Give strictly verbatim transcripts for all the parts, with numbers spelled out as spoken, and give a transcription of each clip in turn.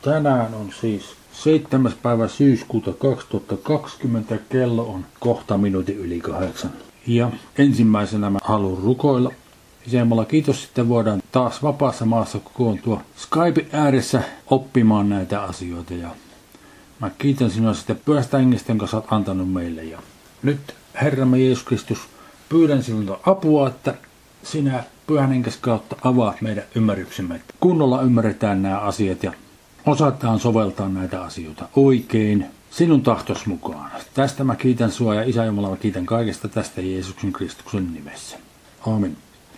Tänään on siis seitsemäs päivä syyskuuta kaksituhattakaksikymmentä, kello on kohta minuutin yli kahdeksan. Ja ensimmäisenä mä haluan rukoilla. Isä kiitos, että voidaan taas vapaassa maassa kokoontua Skype ääressä oppimaan näitä asioita. Ja mä kiitän sinua sitä pyhästä hengestä, jonka sä oot antanut meille. Ja nyt Herramme Jeesus Kristus, pyydän sinulta apua, että sinä pyhän henkes kautta avaat meidän ymmärryksemme. Että kunnolla ymmärretään nämä asiat ja osataan soveltaa näitä asioita oikein sinun tahtos mukaan. Tästä mä kiitän sua ja Isä Jumala, mä kiitän kaikesta tästä Jeesuksen Kristuksen nimessä. Aamen.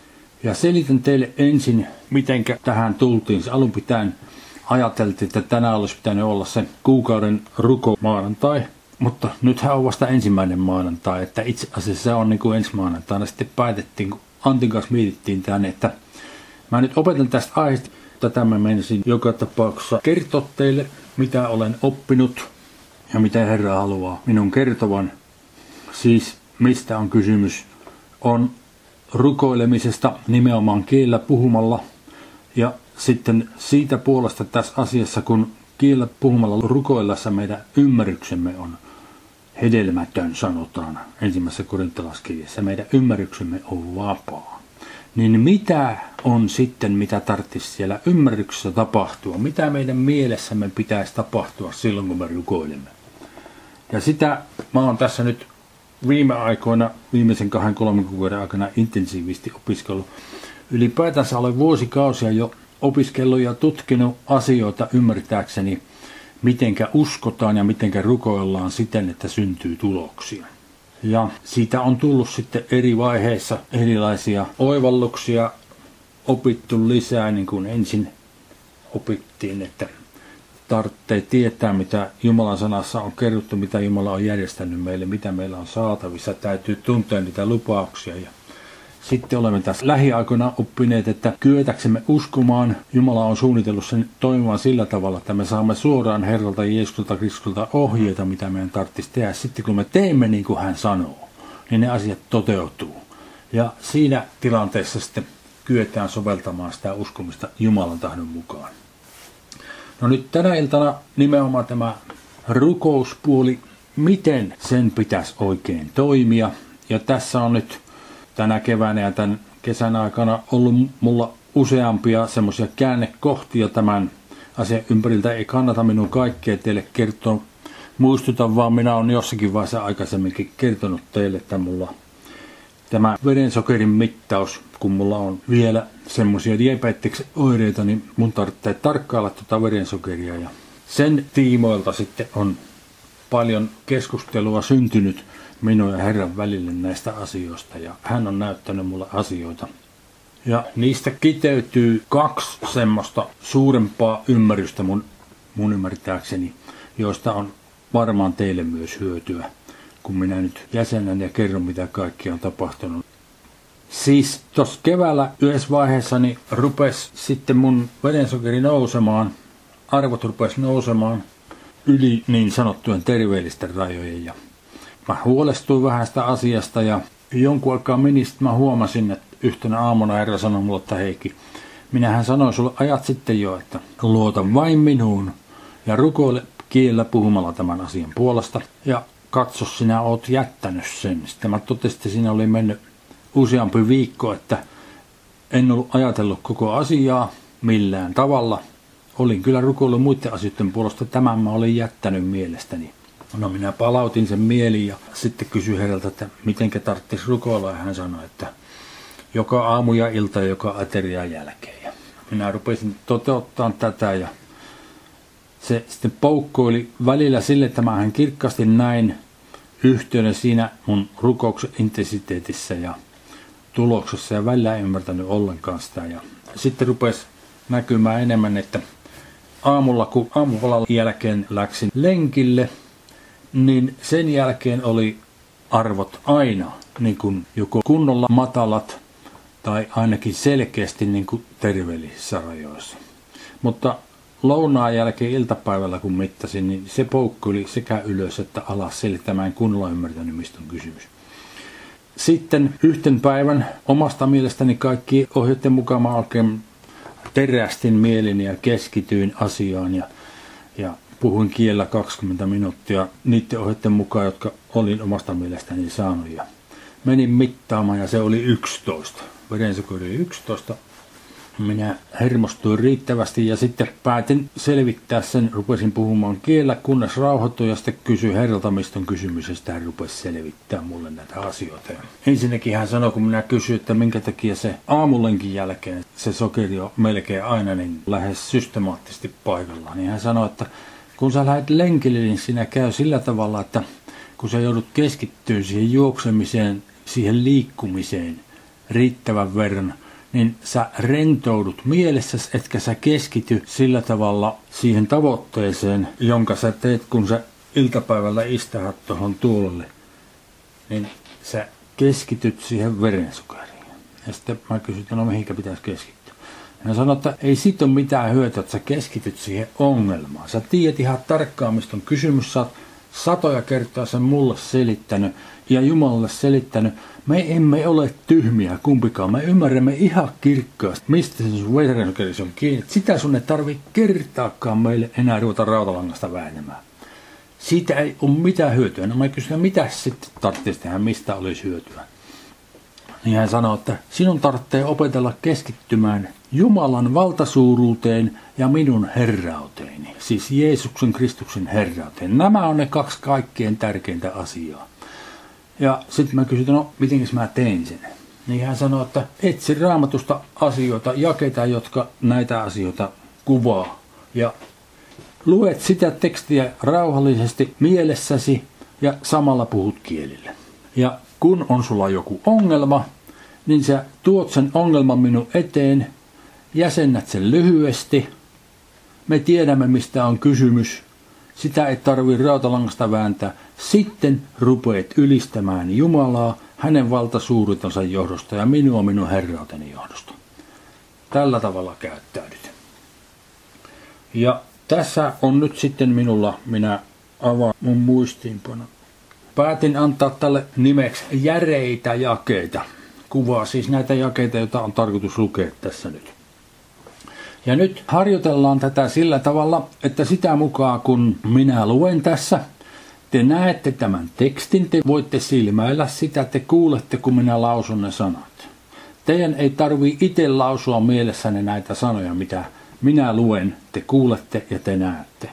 Ja selitän teille ensin, mitenkä tähän tultiin. Alun pitäen ajateltiin, että tänään olisi pitänyt olla se kuukauden rukomaanantai, mutta nythän on vasta ensimmäinen maanantai, että itse asiassa se on niin kuin ensi maanantaina. Sitten päätettiin, kun Antin kanssa mietittiin tänne, että mä nyt opetan tästä aiheesta. Tätä mä menisin joka tapauksessa kertoa teille, mitä olen oppinut ja mitä Herra haluaa minun kertovan. Siis mistä on kysymys, on rukoilemisesta nimenomaan kielellä puhumalla ja sitten siitä puolesta tässä asiassa, kun kielellä puhumalla rukoillessa meidän ymmärryksemme on hedelmätön, sanotaan ensimmäisessä korintolaiskirjassa. Meidän ymmärryksemme on vapaa. Niin mitä on sitten, mitä tarvitsisi siellä ymmärryksessä tapahtua? Mitä meidän mielessämme pitäisi tapahtua silloin, kun me rukoilemme? Ja sitä mä oon tässä nyt viime aikoina, viimeisen kahden kolmen kuukauden aikana intensiivisesti opiskellut. Ylipäätänsä olen vuosikausia jo opiskellut ja tutkinut asioita ymmärtääkseni, mitenkä uskotaan ja mitenkä rukoillaan siten, että syntyy tuloksia. Ja siitä on tullut sitten eri vaiheissa erilaisia oivalluksia, opittu lisää, niin kuin ensin opittiin, että tarvitsee tietää, mitä Jumalan sanassa on kerrottu, mitä Jumala on järjestänyt meille, mitä meillä on saatavissa. Täytyy tuntea niitä lupauksia. Ja sitten olemme tässä lähiaikoina oppineet, että kyetäksemme uskomaan, Jumala on suunnitellut sen toimimaan sillä tavalla, että me saamme suoraan Herralta Jeesukselta Kristukselta ohjeita, mitä meidän tarvitsisi tehdä. Sitten kun me teemme niin kuin hän sanoo, niin ne asiat toteutuu. Ja siinä tilanteessa sitten kyetään soveltamaan sitä uskomista Jumalan tahdon mukaan. No nyt tänä iltana nimenomaan tämä rukouspuoli, miten sen pitäisi oikein toimia. Ja tässä on nyt tänä keväänä ja tämän kesän aikana ollut mulla useampia semmoisia käännekohtia tämän asian ympäriltä. Ei kannata minun kaikkea teille kertoa. Muistutan vaan, minä olen jossakin vaiheessa aikaisemminkin kertonut teille, että mulla tämä verensokerin mittaus, kun mulla on vielä semmoisia diabeteksen oireita, niin mun tarvitsee tarkkailla tuota verensokeria. Ja sen tiimoilta sitten on paljon keskustelua syntynyt minun ja Herran välille näistä asioista. Ja hän on näyttänyt mulle asioita. Ja niistä kiteytyy kaksi semmoista suurempaa ymmärrystä mun, mun ymmärtääkseni, joista on varmaan teille myös hyötyä, kun minä nyt jäsenän ja kerron, mitä kaikkea on tapahtunut. Siis tuossa keväällä yhdessä vaiheessa niin rupesi sitten mun verensokeri nousemaan, arvot rupesi nousemaan yli niin sanottujen terveellisten rajojen. Ja mä huolestuin vähän sitä asiasta ja jonkun aikaa meni, sitten mä huomasin, että yhtenä aamuna Herra sanoi mulle, että Heikki, minähän sanoin sulle ajat sitten jo, että luota vain minuun ja rukoile kielellä puhumalla tämän asian puolesta. Ja katso, sinä oot jättänyt sen. Sitten mä totesin, että siinä oli mennyt useampi viikko, että en ollut ajatellut koko asiaa millään tavalla. Olin kyllä rukoillut muiden asioiden puolesta, tämän mä olin jättänyt mielestäni. No minä palautin sen mieliin ja sitten kysyin Herralta, että mitenkä tarvitsisi rukoilla. Ja hän sanoi, että joka aamu ja ilta ja joka aterian jälkeen. Ja minä rupesin toteuttaa tätä ja se sitten poukkoili välillä sille, että mä kirkkaasti näin yhteyden siinä mun rukouksen intensiteetissä ja tuloksessa ja välillä en ymmärtänyt ollenkaan sitä. Ja sitten rupesi näkymään enemmän, että aamulla kun aamupalan jälkeen läksin lenkille, niin sen jälkeen oli arvot aina niin kuin joko kunnolla matalat tai ainakin selkeästi niin kuin terveellisissä rajoissa. Mutta lounaan jälkeen iltapäivällä kun mittasin, niin se poukkuili sekä ylös että alas, sille tämä en kunnolla ymmärtänyt, mistä on kysymys. Sitten yhten päivän omasta mielestäni kaikki ohjeiden mukaan mä oikein terästin mieleni ja keskityin asiaan ja Ja puhuin kielellä kaksikymmentä minuuttia niiden ohjeiden mukaan, jotka olin omasta mielestäni saanut. Ja menin mittaamaan ja se oli yksitoista. Verensokeri oli yksitoista. Minä hermostuin riittävästi ja sitten päätin selvittää sen, rupesin puhumaan kielellä, kunnes rauhoittuin ja sitten kysyin herralta, mistä on kysymys, ja sitten hän rupesi selvittää mulle näitä asioita. Ja ensinnäkin hän sanoi, kun minä kysyin, että minkä takia se aamulenkin jälkeen se sokeri on melkein aina niin lähes systemaattisesti paikallaan, niin hän sanoi, että kun sä lähdet lenkille, niin siinä käy sillä tavalla, että kun sä joudut keskittyä siihen juoksemiseen, siihen liikkumiseen riittävän verran, niin sä rentoudut mielessäsi, etkä sä keskity sillä tavalla siihen tavoitteeseen, jonka sä teet, kun sä iltapäivällä istahat tuohon tuolelle, niin sä keskityt siihen verensokeriin. Ja sitten mä kysyin, että no mihinkä pitäisi keskittyä. Ja hän sanoi, että ei siitä ole mitään hyötyä, että sä keskityt siihen ongelmaan. Sä tiedät ihan tarkkaan, mistä on kysymys, sä oot satoja kertaa sen mulle selittänyt ja Jumalalle selittänyt. Me emme ole tyhmiä kumpikaan. Me ymmärrämme ihan kirkkaasti, mistä se sun verensokeri on kiinni. Sitä sun ei tarvitse kertaakaan meille enää ruveta rautalangasta vääntämään. Siitä ei ole mitään hyötyä. No mä kysyin, mitä sitten tarvitsisi tehdä, mistä olisi hyötyä. Niin hän sanoi, että sinun tarvitsee opetella keskittymään Jumalan valtasuuruuteen ja minun herrauteeni. Siis Jeesuksen Kristuksen herrauteen. Nämä on ne kaksi kaikkein tärkeintä asiaa. Ja sitten mä kysyin, no mitenkäs mä tein sen? Niin hän sanoi, että etsi Raamatusta asioita, jakeita, jotka näitä asioita kuvaa. Ja luet sitä tekstiä rauhallisesti mielessäsi ja samalla puhut kielillä. Ja kun on sulla joku ongelma, niin sä tuot sen ongelman minun eteen, jäsennät sen lyhyesti. Me tiedämme, mistä on kysymys. Sitä ei tarvitse rautalangasta vääntää. Sitten rupeat ylistämään Jumalaa hänen valtasuuritonsa johdosta ja minua minun herrauteni johdosta. Tällä tavalla käyttäydyt. Ja tässä on nyt sitten minulla, minä avaan mun muistiinpano. Päätin antaa tälle nimeksi järeitä jakeita. Kuvaa siis näitä jakeita, joita on tarkoitus lukea tässä nyt. Ja nyt harjoitellaan tätä sillä tavalla, että sitä mukaan kun minä luen tässä, te näette tämän tekstin, te voitte silmäillä sitä, te kuulette kun minä lausun ne sanat. Teidän ei tarvitse itse lausua mielessänne näitä sanoja, mitä minä luen, te kuulette ja te näette.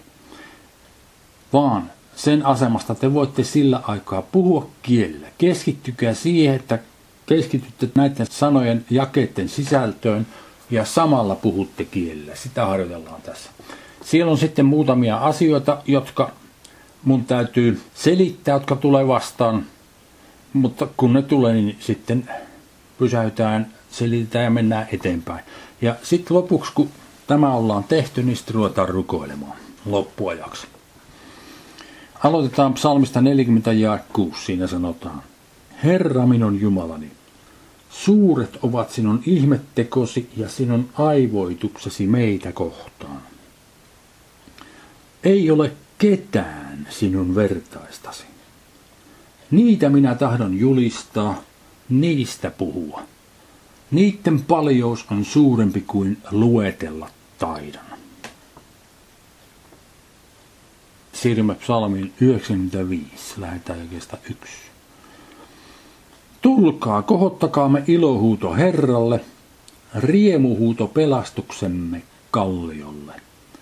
Vaan sen asemasta te voitte sillä aikaa puhua kielellä. Keskittykää siihen, että keskitytte näiden sanojen jakeiden sisältöön ja samalla puhutte kielellä. Sitä harjoitellaan tässä. Siellä on sitten muutamia asioita, jotka mun täytyy selittää, jotka tulee vastaan. Mutta kun ne tulee, niin sitten pysäytään, selitetään ja mennään eteenpäin. Ja sitten lopuksi, kun tämä ollaan tehty, niin sitten ruvetaan rukoilemaan loppuajaksi. Aloitetaan psalmista neljäkymmentä ja kuusi. Siinä sanotaan: Herra minun Jumalani, suuret ovat sinun ihmettekosi ja sinun aivoituksesi meitä kohtaan. Ei ole ketään sinun vertaistasi. Niitä minä tahdon julistaa, niistä puhua. Niiden paljous on suurempi kuin luetella taidon. Siirrymme psalmiin yhdeksänkymmentäviisi, lähdetään jakeesta yksi. Tulkaa, kohottakaamme ilohuuto Herralle, riemuhuuto pelastuksemme kalliolle.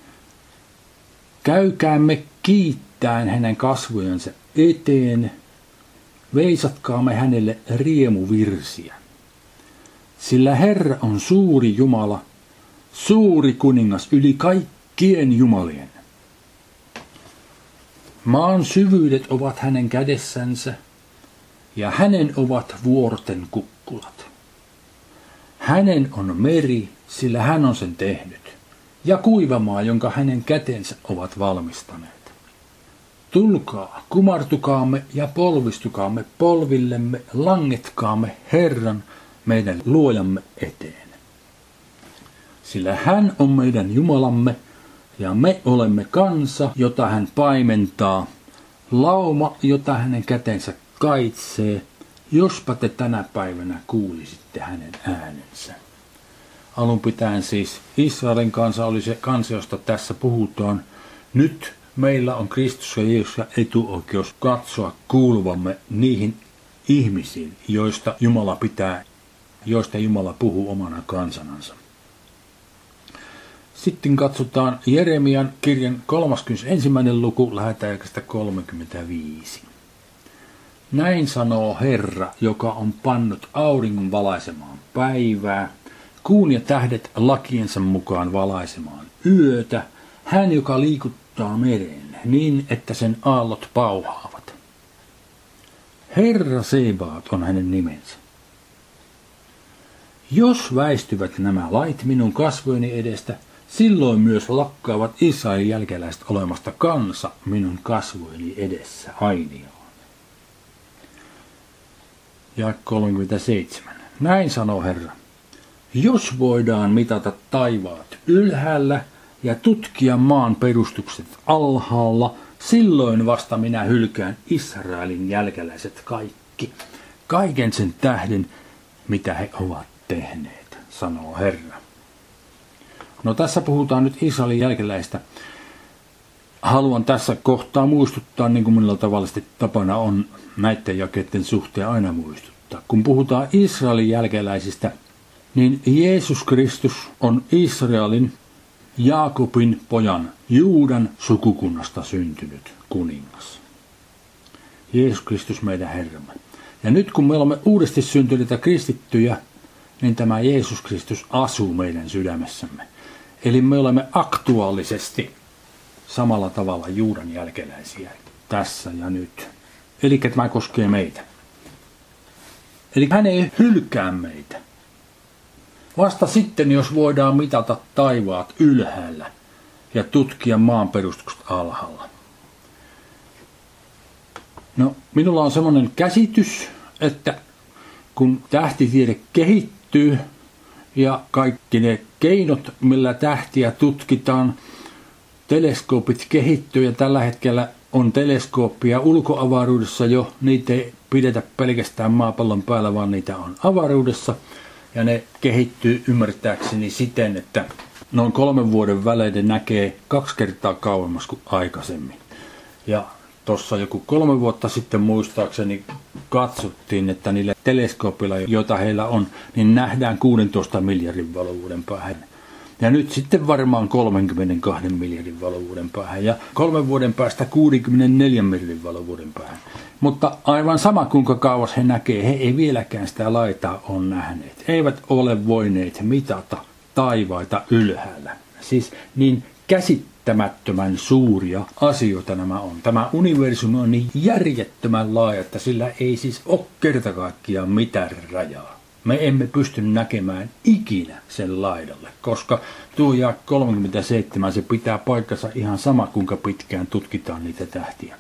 Käykäämme kiittäen hänen kasvojensa eteen, veisatkaamme hänelle riemuvirsiä. Sillä Herra on suuri Jumala, suuri kuningas yli kaikkien jumalien. Maan syvyydet ovat hänen kädessänsä, ja hänen ovat vuorten kukkulat. Hänen on meri, sillä hän on sen tehnyt, ja kuivamaa, jonka hänen kätensä ovat valmistaneet. Tulkaa, kumartukaamme ja polvistukaamme polvillemme, langetkaamme Herran, meidän luojamme eteen. Sillä hän on meidän Jumalamme, ja me olemme kansa, jota hän paimentaa, lauma, jota hänen kätensä kaitsee, jospa te tänä päivänä kuulisitte hänen äänensä. Alun pitäen siis Israelin kansa oli se kansa, josta tässä puhutaan, Nyt meillä on Kristuksessa Jeesuksessa etuoikeus katsoa kuuluvamme niihin ihmisiin, joista Jumala pitää, joista Jumala puhuu omana kansanansa. Sitten katsotaan Jeremian kirjan kolmaskymmenesensimmäinen luku, lähdetään jakeesta kolmekymmentäviisi. Näin sanoo Herra, joka on pannut auringon valaisemaan päivää, kuun ja tähdet lakiensa mukaan valaisemaan yötä, hän, joka liikuttaa meren niin, että sen aallot pauhaavat. Herra Sebaot on hänen nimensä. Jos väistyvät nämä lait minun kasvojeni edestä, silloin myös lakkaavat Israelin jälkeläiset olemasta kansa minun kasvojeni edessä ainiaan. Ja kolmekymmentäseitsemän. Näin sanoo Herra. Jos voidaan mitata taivaat ylhäällä ja tutkia maan perustukset alhaalla, silloin vasta minä hylkään Israelin jälkeläiset kaikki, kaiken sen tähden, mitä he ovat tehneet, sanoo Herra. No tässä puhutaan nyt Israelin jälkeläistä. Haluan tässä kohtaa muistuttaa, niin kuin minulla tavallisesti tapana on näiden jakeiden suhteen aina muistuttaa. Kun puhutaan Israelin jälkeläisistä, niin Jeesus Kristus on Israelin, Jaakobin pojan, Juudan sukukunnasta syntynyt kuningas. Jeesus Kristus meidän Herramme. Ja nyt kun me olemme uudesti syntyneitä kristittyjä, niin tämä Jeesus Kristus asuu meidän sydämessämme. Eli me olemme aktuaalisesti samalla tavalla Juudan jälkeläisiä tässä ja nyt. Eli tämä koskee meitä. Eli hän ei hylkää meitä. Vasta sitten, jos voidaan mitata taivaat ylhäällä ja tutkia maan perustukset alhaalla. No, minulla on semmoinen käsitys, että kun tähtitiede kehittyy ja kaikki ne keinot, millä tähtiä tutkitaan, teleskoopit kehittyy ja tällä hetkellä on teleskooppia ulkoavaruudessa jo, niitä ei pidetä pelkästään maapallon päällä, vaan niitä on avaruudessa. Ja ne kehittyy ymmärtääkseni siten, että noin kolmen vuoden välein näkee kaksi kertaa kauemmas kuin aikaisemmin. Ja tuossa joku kolme vuotta sitten muistaakseni katsottiin, että niillä teleskoopilla, joita heillä on, niin nähdään kuusitoista miljardin valovuoden päähän. Ja nyt sitten varmaan kolmekymmentäkaksi miljardin valovuoden päähän ja kolmen vuoden päästä kuusikymmentäneljä miljardin valovuoden päähän. Mutta aivan sama kuinka kauas he näkee, he ei vieläkään sitä laitaa ole nähneet. Eivät ole voineet mitata taivaita ylhäällä. Siis niin käsittämättömän suuria asioita nämä on. Tämä universumi on niin järjettömän laaja, että sillä ei siis ole kerta kaikkiaan mitään rajaa. Me emme pysty näkemään ikinä sen laidalle, koska tuo ja kolmekymmentäseitsemän se pitää paikkansa ihan sama kuinka pitkään tutkitaan niitä tähtiä.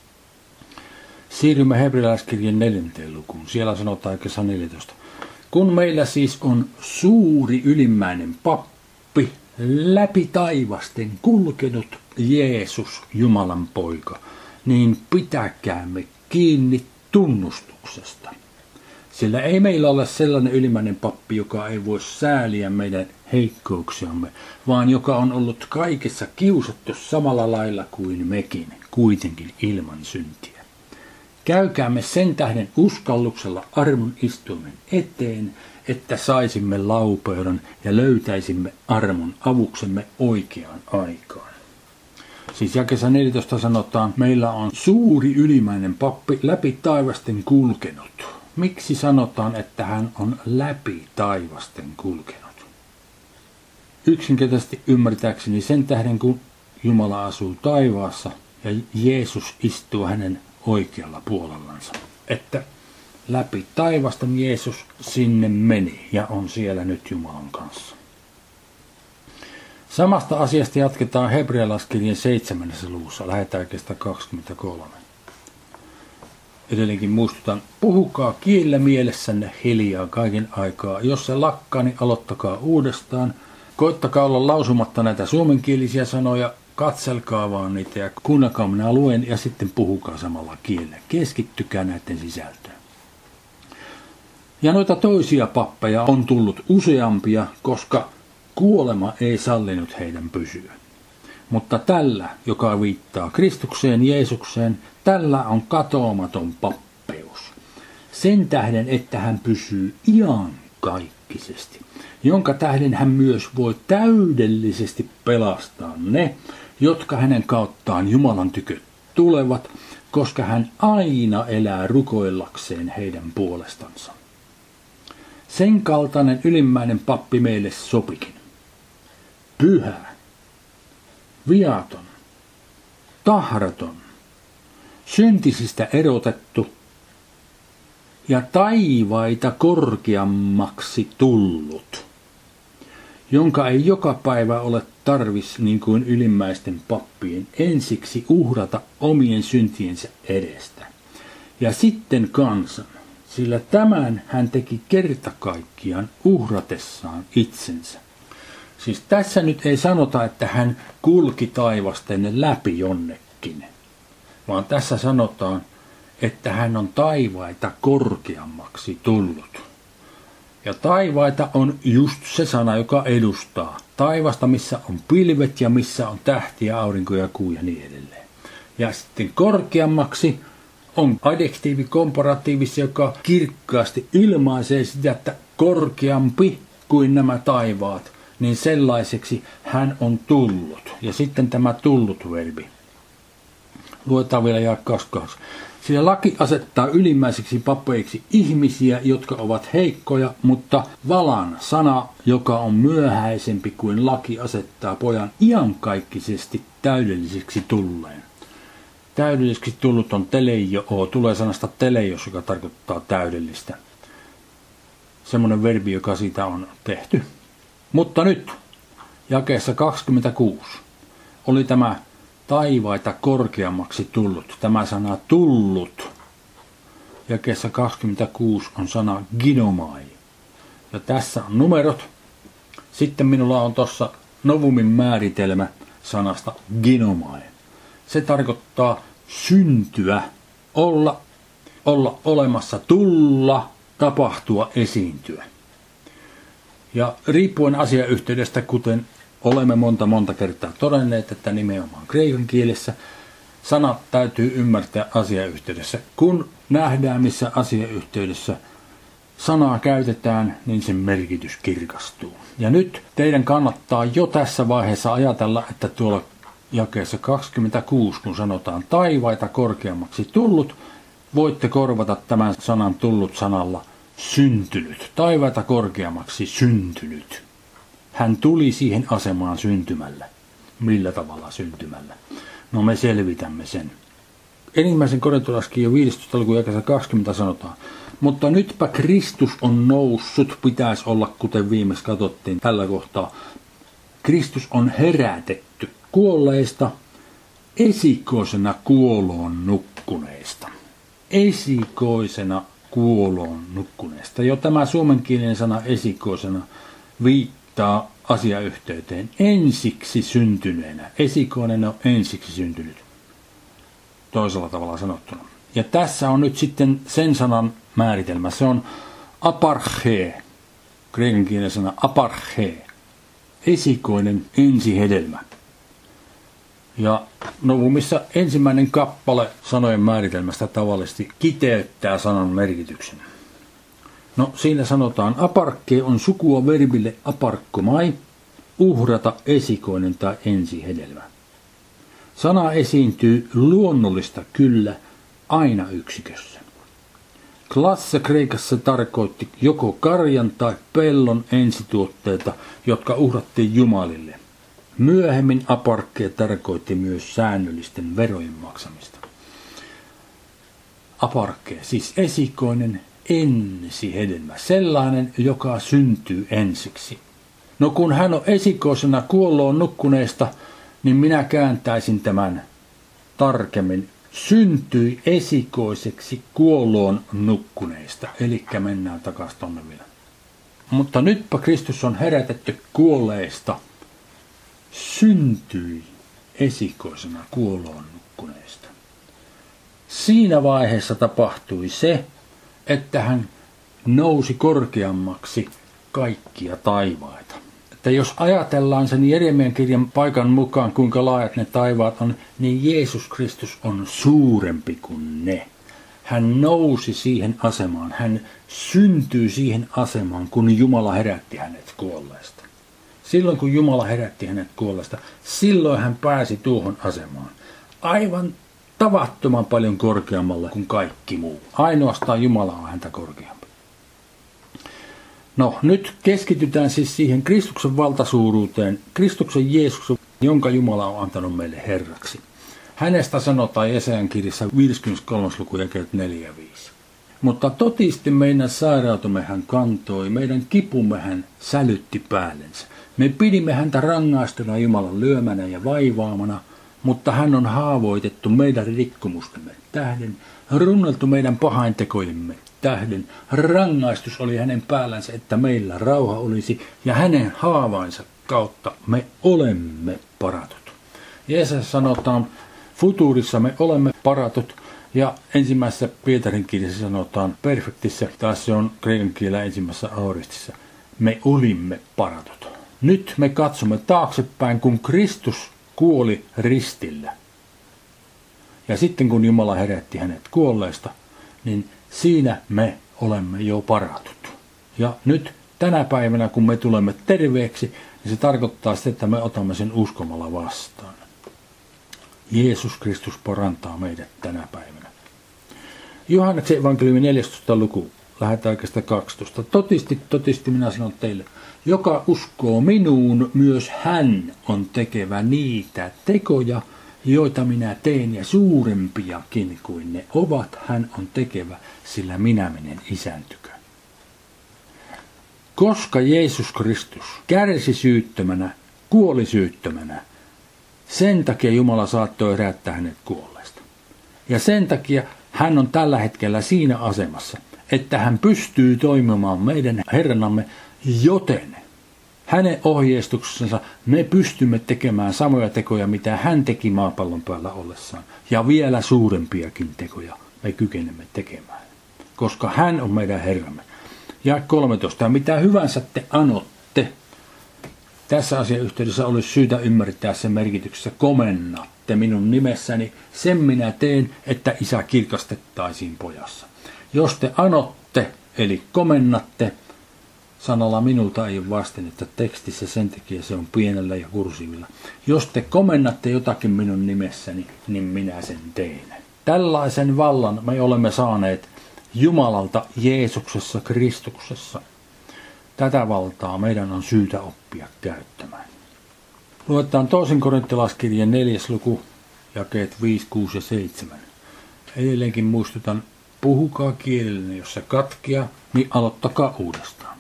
Siirrymme hebrealaiskirjan neljänteen lukuun. Siellä sanotaan jakeessa neljätoista. Kun meillä siis on suuri ylimmäinen pappi, läpi taivasten kulkenut Jeesus, Jumalan poika, niin pitäkäämme kiinni tunnustuksesta. Sillä ei meillä ole sellainen ylimmäinen pappi, joka ei voi sääliä meidän heikkouksiamme, vaan joka on ollut kaikessa kiusattu samalla lailla kuin mekin, kuitenkin ilman syntiä. Käykäämme sen tähden uskalluksella armon istuimen eteen, että saisimme laupeuden ja löytäisimme armon avuksemme oikeaan aikaan. Siis jakeessa neljätoista sanotaan, meillä on suuri ylimmäinen pappi läpi taivasten kulkenut. Miksi sanotaan, että hän on läpi taivasten kulkenut? Yksinkertaisesti ymmärtääkseni sen tähden, kun Jumala asuu taivaassa ja Jeesus istuu hänen oikealla puolellansa. Että läpi taivasta Jeesus sinne meni ja on siellä nyt Jumalan kanssa. Samasta asiasta jatketaan hebrealaiskirjan seitsemännessä luvussa, lähdetään jakeesta kaksikymmentäkolme. Edelleenkin muistutan, puhukaa kielellä mielessänne hiljaa kaiken aikaa. Jos se lakkaa, niin aloittakaa uudestaan. Koittakaa olla lausumatta näitä suomenkielisiä sanoja, katselkaa vaan niitä ja kuunnelkaa minä luen ja sitten puhukaa samalla kielellä. Keskittykää näiden sisältöön. Ja noita toisia pappeja on tullut useampia, koska kuolema ei sallinut heidän pysyä. Mutta tällä, joka viittaa Kristukseen Jeesukseen, tällä on katoamaton pappeus. Sen tähden, että hän pysyy iankaikkisesti, jonka tähden hän myös voi täydellisesti pelastaa ne, jotka hänen kauttaan Jumalan tykö tulevat, koska hän aina elää rukoillakseen heidän puolestansa. Sen kaltainen ylimmäinen pappi meille sopikin. Pyhä, viaton, tahraton, syntisistä erotettu ja taivaita korkeammaksi tullut, jonka ei joka päivä ole tarvis niin kuin ylimmäisten pappien ensiksi uhrata omien syntiensä edestä, ja sitten kansan, sillä tämän hän teki kerta kaikkiaan uhratessaan itsensä. Siis tässä nyt ei sanota, että hän kulki taivasten läpi jonnekin, vaan tässä sanotaan, että hän on taivaita korkeammaksi tullut. Ja taivaita on just se sana, joka edustaa taivasta, missä on pilvet ja missä on tähtiä, aurinko ja kuu ja niin edelleen. Ja sitten korkeammaksi on adjektiivi komparatiivissa, joka kirkkaasti ilmaisee sitä, että korkeampi kuin nämä taivaat, niin sellaiseksi hän on tullut. Ja sitten tämä tullut verbi. Luetaan vielä jae kaksikymmentäkaksi. Sillä laki asettaa ylimmäiseksi papeiksi ihmisiä, jotka ovat heikkoja, mutta valan sana, joka on myöhäisempi kuin laki, asettaa pojan iankaikkisesti täydelliseksi tulleen. Täydelliseksi tullut on teleio, tulee sanasta teleios, joka tarkoittaa täydellistä. Semmoinen verbi, joka siitä on tehty. Mutta nyt, jakeessa kaksikymmentäkuusi, oli tämä taivaita korkeammaksi tullut. Tämä sana tullut. Jakeessa kaksikymmentäkuusi on sana ginomai. Ja tässä on numerot. Sitten minulla on tuossa novumin määritelmä sanasta ginomai. Se tarkoittaa syntyä, olla, olla olemassa, tulla, tapahtua, esiintyä. Ja riippuen asiayhteydestä, kuten olemme monta monta kertaa todenneet, että nimenomaan kreikan kielessä sanat täytyy ymmärtää asiayhteydessä. Kun nähdään, missä asiayhteydessä sanaa käytetään, niin sen merkitys kirkastuu. Ja nyt teidän kannattaa jo tässä vaiheessa ajatella, että tuolla jakeessa kaksikymmentäkuusi, kun sanotaan taivaita korkeammaksi tullut, voitte korvata tämän sanan tullut sanalla syntynyt. Taivaita korkeammaksi syntynyt. Hän tuli siihen asemaan syntymällä. Millä tavalla syntymällä? No me selvitämme sen. Ensimmäisen korintolaiskirjan viidestoista luku jakeessa kaksikymmentä sanotaan. Mutta nytpä Kristus on noussut, pitäisi olla kuten viimeksi katsottiin tällä kohtaa. Kristus on herätetty kuolleista, esikoisena kuoloon nukkuneista. Esikoisena kuoloon nukkuneista. Jo tämä suomenkielinen sana esikoisena viittaa asiayhteyteen ensiksi syntyneenä. Esikoinen on ensiksi syntynyt. Toisella tavalla sanottuna. Ja tässä on nyt sitten sen sanan määritelmä. Se on aparche. Kreikan kielen sana aparche. Esikoinen ensihedelmä. Ja novumissa ensimmäinen kappale sanojen määritelmästä tavallisesti kiteyttää sanan merkityksen. No siinä sanotaan, aparkke on sukua verbille aparkkomai, uhrata, esikoinen tai ensihedelmä. Sana esiintyy luonnollista kyllä aina yksikössä. Klassa kreikassa tarkoitti joko karjan tai pellon ensituotteita, jotka uhrattiin jumalille. Myöhemmin aparkke tarkoitti myös säännöllisten verojen maksamista. Aparkke, siis esikoinen ensihedelmä, sellainen, joka syntyy ensiksi. No kun hän on esikoisena kuolloon nukkuneesta, niin minä kääntäisin tämän tarkemmin. Syntyi esikoiseksi kuolloon nukkuneista. Eli mennään takaisin tonne vielä. Mutta nytpä Kristus on herätetty kuolleista. Syntyi esikoisena kuolloon nukkuneista. Siinä vaiheessa tapahtui se, että hän nousi korkeammaksi kaikkia taivaita. että jos ajatellaan sen Jeremian kirjan paikan mukaan, kuinka laajat ne taivaat on, niin Jeesus Kristus on suurempi kuin ne. Hän nousi siihen asemaan, hän syntyi siihen asemaan, kun Jumala herätti hänet kuolleesta. Silloin kun Jumala herätti hänet kuolleesta, silloin hän pääsi tuohon asemaan. Aivan tavattoman paljon korkeammalle kuin kaikki muu. Ainoastaan Jumala on häntä korkeampi. No, nyt keskitytään siis siihen Kristuksen valtasuuruuteen, Kristuksen Jeesuksen, jonka Jumala on antanut meille Herraksi. Hänestä sanotaan Jesajan kirjassa viideskymmeneskolmas luku jakeet neljä ja viisi. Mutta totisti meidän sairautumme hän kantoi, meidän kipumme hän sälytti päällensä. Me pidimme häntä rangaistuna Jumalan lyömänä ja vaivaamana, mutta hän on haavoitettu meidän rikkomustemme tähden, runneltu meidän pahaintekojemme tähden. Rangaistus oli hänen päällänsä, että meillä rauha olisi, ja hänen haavainsa kautta me olemme paratut. Jeesus sanotaan, futuurissa me olemme paratut, ja ensimmäisessä Pietarin kirjassa sanotaan perfektissä, taas se on kreikan kielellä ensimmäisessä aoristissa, me olimme paratut. Nyt me katsomme taaksepäin, kun Kristus kuoli ristillä. Ja sitten kun Jumala herätti hänet kuolleesta, niin siinä me olemme jo paratut. Ja nyt tänä päivänä, kun me tulemme terveeksi, niin se tarkoittaa sitä, että me otamme sen uskomalla vastaan. Jeesus Kristus parantaa meidät tänä päivänä. Johanneksen evankeliumin neljästoista luku, lähdetään oikeastaan kaksitoista. Totisti, totisti minä sanon teille, joka uskoo minuun, myös hän on tekevä niitä tekoja, joita minä teen, ja suurempiakin kuin ne ovat, hän on tekevä, sillä minä menen Isän tykö. Koska Jeesus Kristus kärsi syyttömänä, kuoli syyttömänä, sen takia Jumala saattoi herättää hänet kuolleesta. Ja sen takia hän on tällä hetkellä siinä asemassa, että hän pystyy toimimaan meidän Herranamme, joten hänen ohjeistuksensa me pystymme tekemään samoja tekoja, mitä hän teki maapallon päällä ollessaan. Ja vielä suurempiakin tekoja me kykenemme tekemään, koska hän on meidän Herramme. Ja kolmetoista. Mitä hyvänsä te anotte. Tässä asian yhteydessä olisi syytä ymmärtää sen merkityksessä komennatte minun nimessäni. Sen minä teen, että Isä kirkastettaisiin pojassa. Jos te anotte, eli komennatte, sanalla minulta ei ole vastennetta tekstissä, sen takia se on pienellä ja kursiivilla. Jos te komennatte jotakin minun nimessäni, niin minä sen teen. Tällaisen vallan me olemme saaneet Jumalalta Jeesuksessa Kristuksessa. Tätä valtaa meidän on syytä oppia käyttämään. Luetaan toisen korinttilaiskirjan neljäs luku, jakeet viisi, kuusi ja seitsemän. Edelleenkin muistutan, puhukaa kielellinen, jos se katkeaa, niin aloittakaa uudestaan.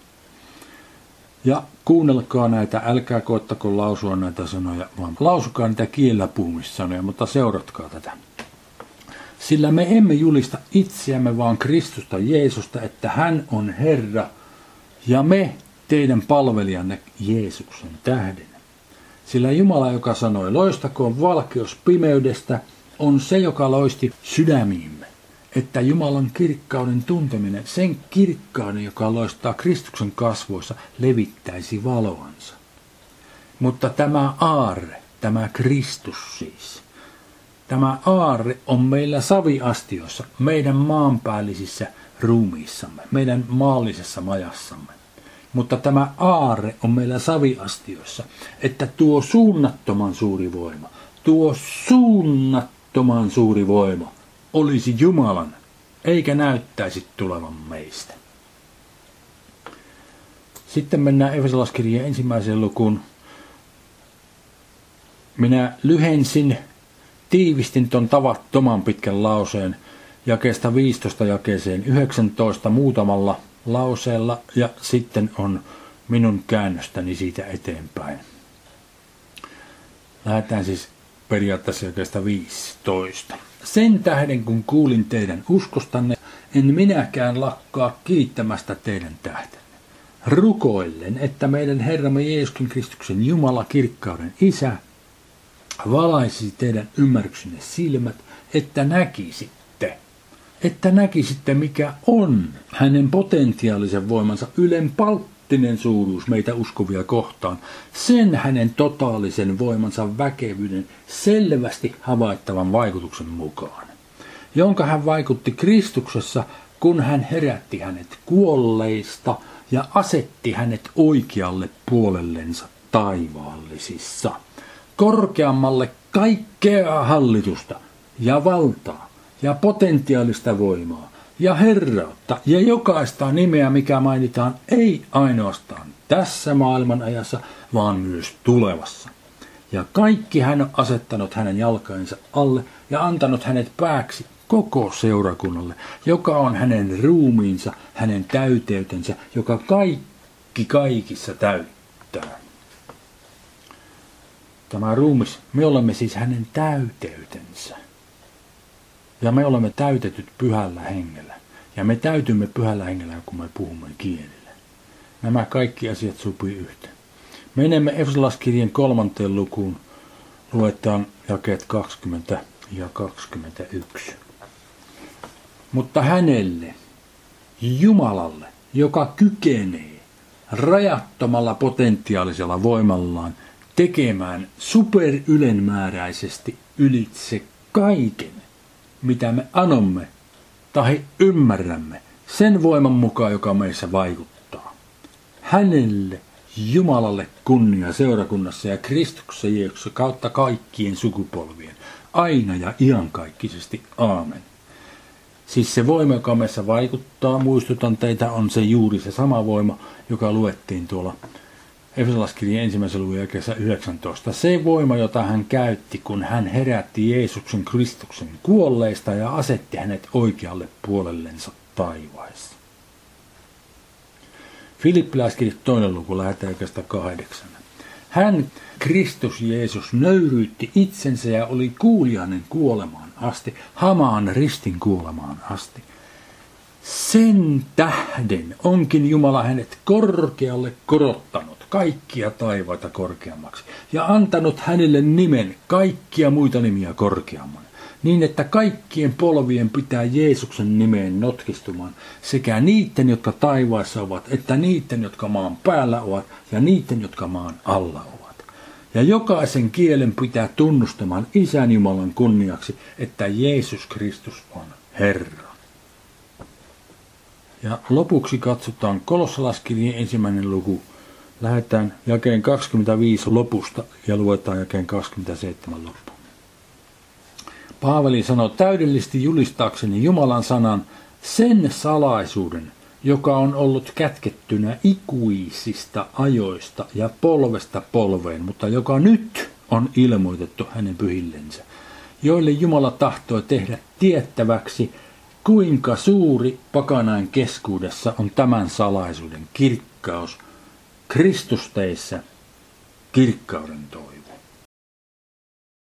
Ja kuunnelkaa näitä, älkää koettako lausua näitä sanoja, vaan lausukaa niitä kielellä puhumissanoja, mutta seuratkaa tätä. Sillä me emme julista itseämme, vaan Kristusta Jeesusta, että hän on Herra, ja me teidän palvelijanne Jeesuksen tähden. Sillä Jumala, joka sanoi, loistakoon valkeus pimeydestä, on se, joka loisti sydämiimme. Että Jumalan kirkkauden tunteminen, sen kirkkauden, joka loistaa Kristuksen kasvoissa, levittäisi valoansa. Mutta tämä aarre, tämä Kristus siis, tämä aarre on meillä saviastioissa, meidän maanpäällisissä ruumiissamme, meidän maallisessa majassamme. Mutta tämä aarre on meillä saviastioissa, että tuo suunnattoman suuri voima, tuo suunnattoman suuri voima olisi Jumalan, eikä näyttäisi tulevan meistä. Sitten mennään Efesolaiskirjan ensimmäiseen lukuun. Minä lyhensin, tiivistin ton tavattoman pitkän lauseen jakeesta viisitoista jakeeseen yhdeksäntoista muutamalla lauseella, ja sitten on minun käännöstäni siitä eteenpäin. Lähdetään siis periaatteessa jakeesta viisitoista. Sen tähden, kun kuulin teidän uskostanne, en minäkään lakkaa kiittämästä teidän tähtenne. Rukoillen, että meidän Herramme Jeesuksen Kristuksen Jumala, kirkkauden Isä, valaisi teidän ymmärryksenne silmät, että näkisitte, että näkisitte mikä on hänen potentiaalisen voimansa ylen palkka fantastinen suuruus meitä uskovia kohtaan, sen hänen totaalisen voimansa väkevyyden selvästi havaittavan vaikutuksen mukaan, jonka hän vaikutti Kristuksessa, kun hän herätti hänet kuolleista ja asetti hänet oikealle puolellensa taivaallisissa, korkeammalle kaikkea hallitusta ja valtaa ja potentiaalista voimaa ja herrautta ja jokaista nimeä, mikä mainitaan ei ainoastaan tässä maailman ajassa, vaan myös tulevassa. Ja kaikki hän on asettanut hänen jalkainsa alle ja antanut hänet pääksi koko seurakunnalle, joka on hänen ruumiinsa, hänen täyteytensä, joka kaikki kaikissa täyttää. Tämä ruumis, me olemme siis hänen täyteytensä. Ja me olemme täytetyt pyhällä hengellä. Ja me täytymme pyhällä hengellä, kun me puhumme kielillä. Nämä kaikki asiat sopii yhteen. Menemme Efesolaiskirjeen kolmanteen lukuun. Luetaan jakeet kaksikymmentä ja kaksikymmentäyksi. Mutta hänelle, Jumalalle, joka kykenee rajattomalla potentiaalisella voimallaan tekemään superylenmääräisesti ylitse kaiken, mitä me anomme tai ymmärrämme, sen voiman mukaan, joka meissä vaikuttaa. Hänelle, Jumalalle kunnia seurakunnassa ja Kristuksessa Jeesuksessa kautta kaikkien sukupolvien, aina ja iankaikkisesti. Aamen. Siis se voima, joka meissä vaikuttaa, muistutan teitä, on se juuri se sama voima, joka luettiin tuolla Efesolaiskirjeen ensimmäisen luvun jakeessa yhdeksäntoista. Se voima, jota hän käytti, kun hän herätti Jeesuksen Kristuksen kuolleista ja asetti hänet oikealle puolellensa taivaissa. Filippiläiskirje toinen luku lähetään jakeesta kahdeksan. Hän, Kristus Jeesus, nöyryytti itsensä ja oli kuuliainen kuolemaan asti, hamaan ristin kuolemaan asti. Sen tähden onkin Jumala hänet korkealle korottanut, kaikkia taivaita korkeammaksi, ja antanut hänelle nimen kaikkia muita nimiä korkeamman, niin että kaikkien polvien pitää Jeesuksen nimeen notkistumaan, sekä niiden, jotka taivaissa ovat, että niiden, jotka maan päällä ovat, ja niiden, jotka maan alla ovat. Ja jokaisen kielen pitää tunnustamaan Isän Jumalan kunniaksi, että Jeesus Kristus on Herra. Ja lopuksi katsotaan Kolossalaiskirjeen ensimmäinen luku. Lähdetään jakeen kaksikymmentäviisi lopusta ja luetaan jakeen kaksikymmentäseitsemän loppuun. Paavali sanoo täydellisesti julistaakseni Jumalan sanan sen salaisuuden, joka on ollut kätkettynä ikuisista ajoista ja polvesta polveen, mutta joka nyt on ilmoitettu hänen pyhillensä, joille Jumala tahtoi tehdä tiettäväksi, kuinka suuri pakanain keskuudessa on tämän salaisuuden kirkkaus, Kristus teissä kirkkauden toivo.